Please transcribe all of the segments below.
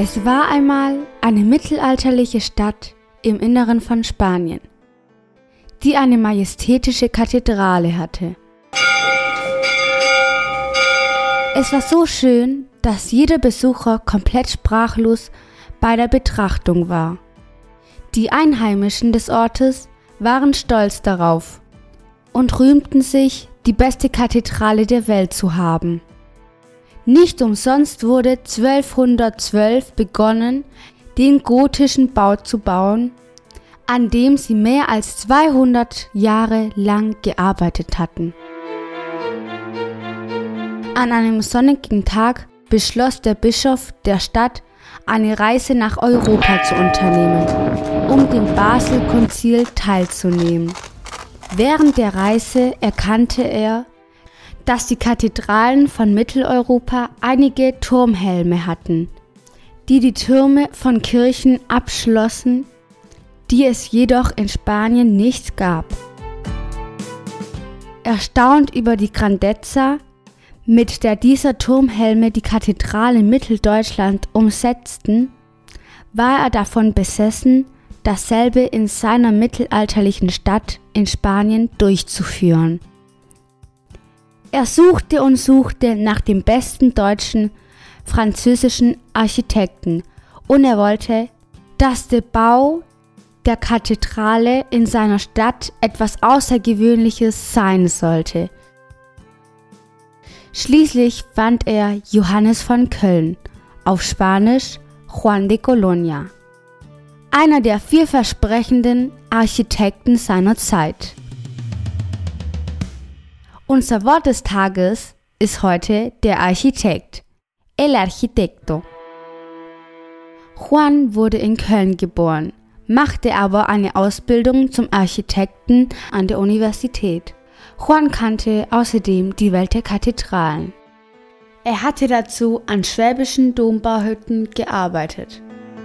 Es war einmal eine mittelalterliche Stadt im Inneren von Spanien, die eine majestätische Kathedrale hatte. Es war so schön, dass jeder Besucher komplett sprachlos bei der Betrachtung war. Die Einheimischen des Ortes waren stolz darauf und rühmten sich, die beste Kathedrale der Welt zu haben. Nicht umsonst wurde 1212 begonnen, den gotischen Bau zu bauen, an dem sie mehr als 200 Jahre lang gearbeitet hatten. An einem sonnigen Tag beschloss der Bischof der Stadt, eine Reise nach Europa zu unternehmen, um dem Basel-Konzil teilzunehmen. Während der Reise erkannte er, dass die Kathedralen von Mitteleuropa einige Turmhelme hatten, die Türme von Kirchen abschlossen, die es jedoch in Spanien nicht gab. Erstaunt über die Grandezza, mit der dieser Turmhelme die Kathedrale in Mitteldeutschland umsetzten, war er davon besessen, dasselbe in seiner mittelalterlichen Stadt in Spanien durchzuführen. Er suchte und suchte nach dem besten deutschen, französischen Architekten und er wollte, dass der Bau der Kathedrale in seiner Stadt etwas Außergewöhnliches sein sollte. Schließlich fand er Johannes von Köln, auf Spanisch Juan de Colonia, einer der vielversprechenden Architekten seiner Zeit. Unser Wort des Tages ist heute der Architekt, el arquitecto. Juan wurde in Köln geboren, machte aber eine Ausbildung zum Architekten an der Universität. Juan kannte außerdem die Welt der Kathedralen. Er hatte dazu an schwäbischen Dombauhütten gearbeitet.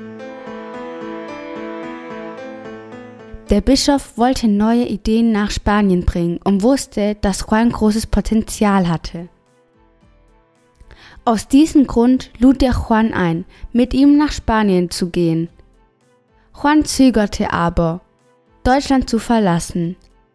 Der Bischof wollte neue Ideen nach Spanien bringen und wusste, dass Juan großes Potenzial hatte. Aus diesem Grund lud er Juan ein, mit ihm nach Spanien zu gehen. Juan zögerte aber, Deutschland zu verlassen.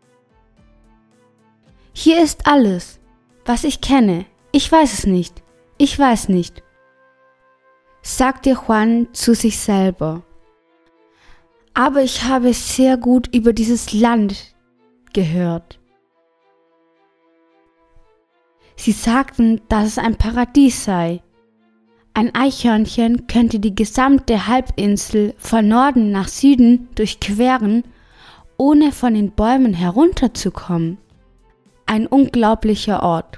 Hier ist alles, was ich kenne. Ich weiß es nicht. Ich weiß nicht, sagte Juan zu sich selber. Aber ich habe sehr gut über dieses Land gehört. Sie sagten, dass es ein Paradies sei. Ein Eichhörnchen könnte die gesamte Halbinsel von Norden nach Süden durchqueren, ohne von den Bäumen herunterzukommen. Ein unglaublicher Ort.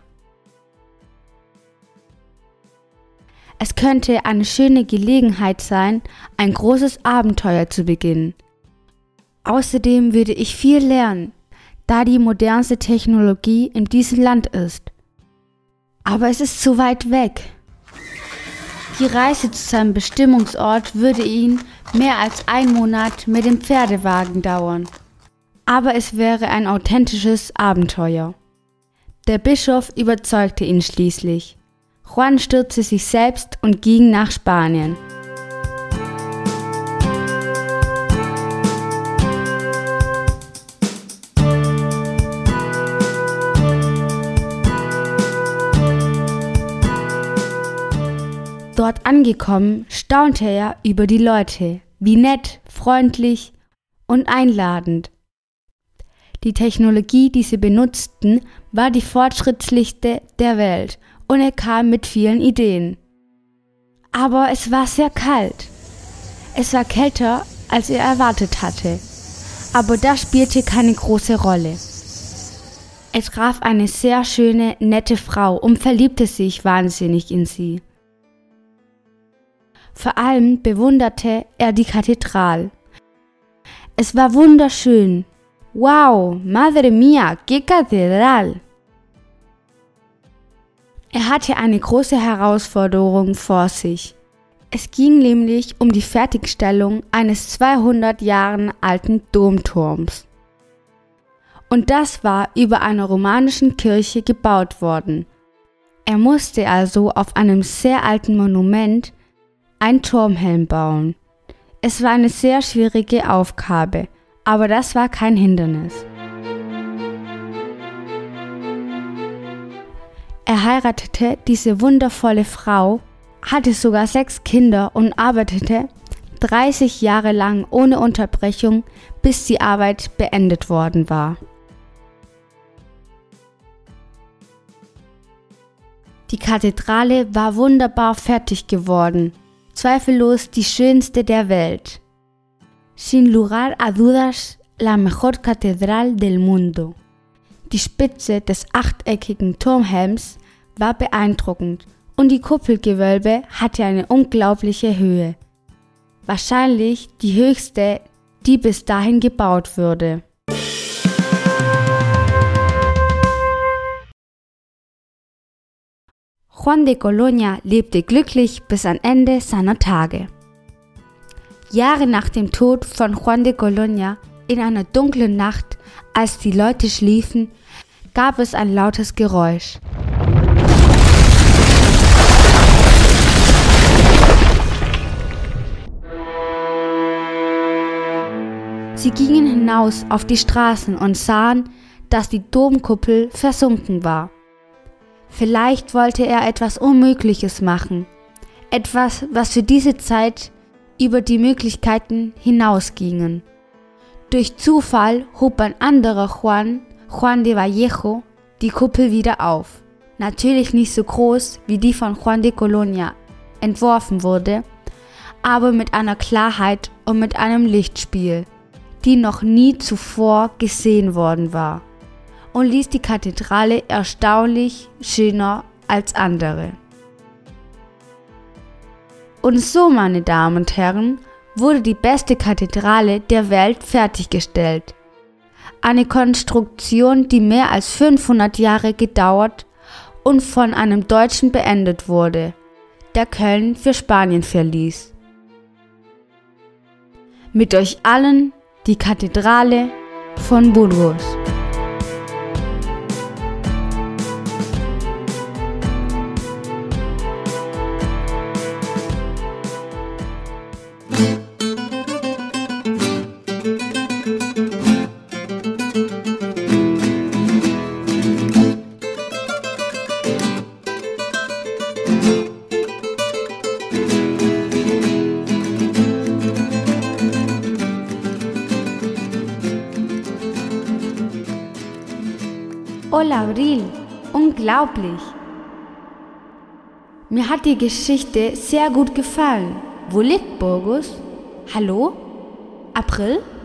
Es könnte eine schöne Gelegenheit sein, ein großes Abenteuer zu beginnen. Außerdem würde ich viel lernen, da die modernste Technologie in diesem Land ist. Aber es ist zu weit weg. Die Reise zu seinem Bestimmungsort würde ihn mehr als 1 Monat mit dem Pferdewagen dauern. Aber es wäre ein authentisches Abenteuer. Der Bischof überzeugte ihn schließlich. Juan stürzte sich selbst und ging nach Spanien. Dort angekommen, staunte er über die Leute, wie nett, freundlich und einladend. Die Technologie, die sie benutzten, war die fortschrittlichste der Welt und er kam mit vielen Ideen. Aber es war sehr kalt. Es war kälter, als er erwartet hatte. Aber das spielte keine große Rolle. Er traf eine sehr schöne, nette Frau und verliebte sich wahnsinnig in sie. Vor allem bewunderte er die Kathedrale. Es war wunderschön. Wow, madre mía, qué catedral! Er hatte eine große Herausforderung vor sich. Es ging nämlich um die Fertigstellung eines 200 Jahre alten Domturms. Und das war über einer romanischen Kirche gebaut worden. Er musste also auf einem sehr alten Monument einen Turmhelm bauen. Es war eine sehr schwierige Aufgabe, aber das war kein Hindernis. Er heiratete diese wundervolle Frau, hatte sogar 6 Kinder und arbeitete 30 Jahre lang ohne Unterbrechung, bis die Arbeit beendet worden war. Die Kathedrale war wunderbar fertig geworden, zweifellos die schönste der Welt. Sin lugar a dudas, la mejor catedral del mundo. Die Spitze des achteckigen Turmhelms war beeindruckend und die Kuppelgewölbe hatte eine unglaubliche Höhe. Wahrscheinlich die höchste, die bis dahin gebaut wurde. Juan de Colonia lebte glücklich bis ans Ende seiner Tage. Jahre nach dem Tod von Juan de Colonia, in einer dunklen Nacht, als die Leute schliefen, gab es ein lautes Geräusch. Sie gingen hinaus auf die Straßen und sahen, dass die Domkuppel versunken war. Vielleicht wollte er etwas Unmögliches machen, etwas, was für diese Zeit über die Möglichkeiten hinausgingen. Durch Zufall hob ein anderer Juan de Vallejo, die Kuppel wieder auf. Natürlich nicht so groß, wie die von Juan de Colonia entworfen wurde, aber mit einer Klarheit und mit einem Lichtspiel, die noch nie zuvor gesehen worden war, und ließ die Kathedrale erstaunlich schöner als andere. Und so, meine Damen und Herren, wurde die beste Kathedrale der Welt fertiggestellt. Eine Konstruktion, die mehr als 500 Jahre gedauert und von einem Deutschen beendet wurde, der Köln für Spanien verließ. Mit euch allen die Kathedrale von Burgos. Hola Abril, unglaublich! Mir hat die Geschichte sehr gut gefallen. Wo liegt Burgos? Hallo? April?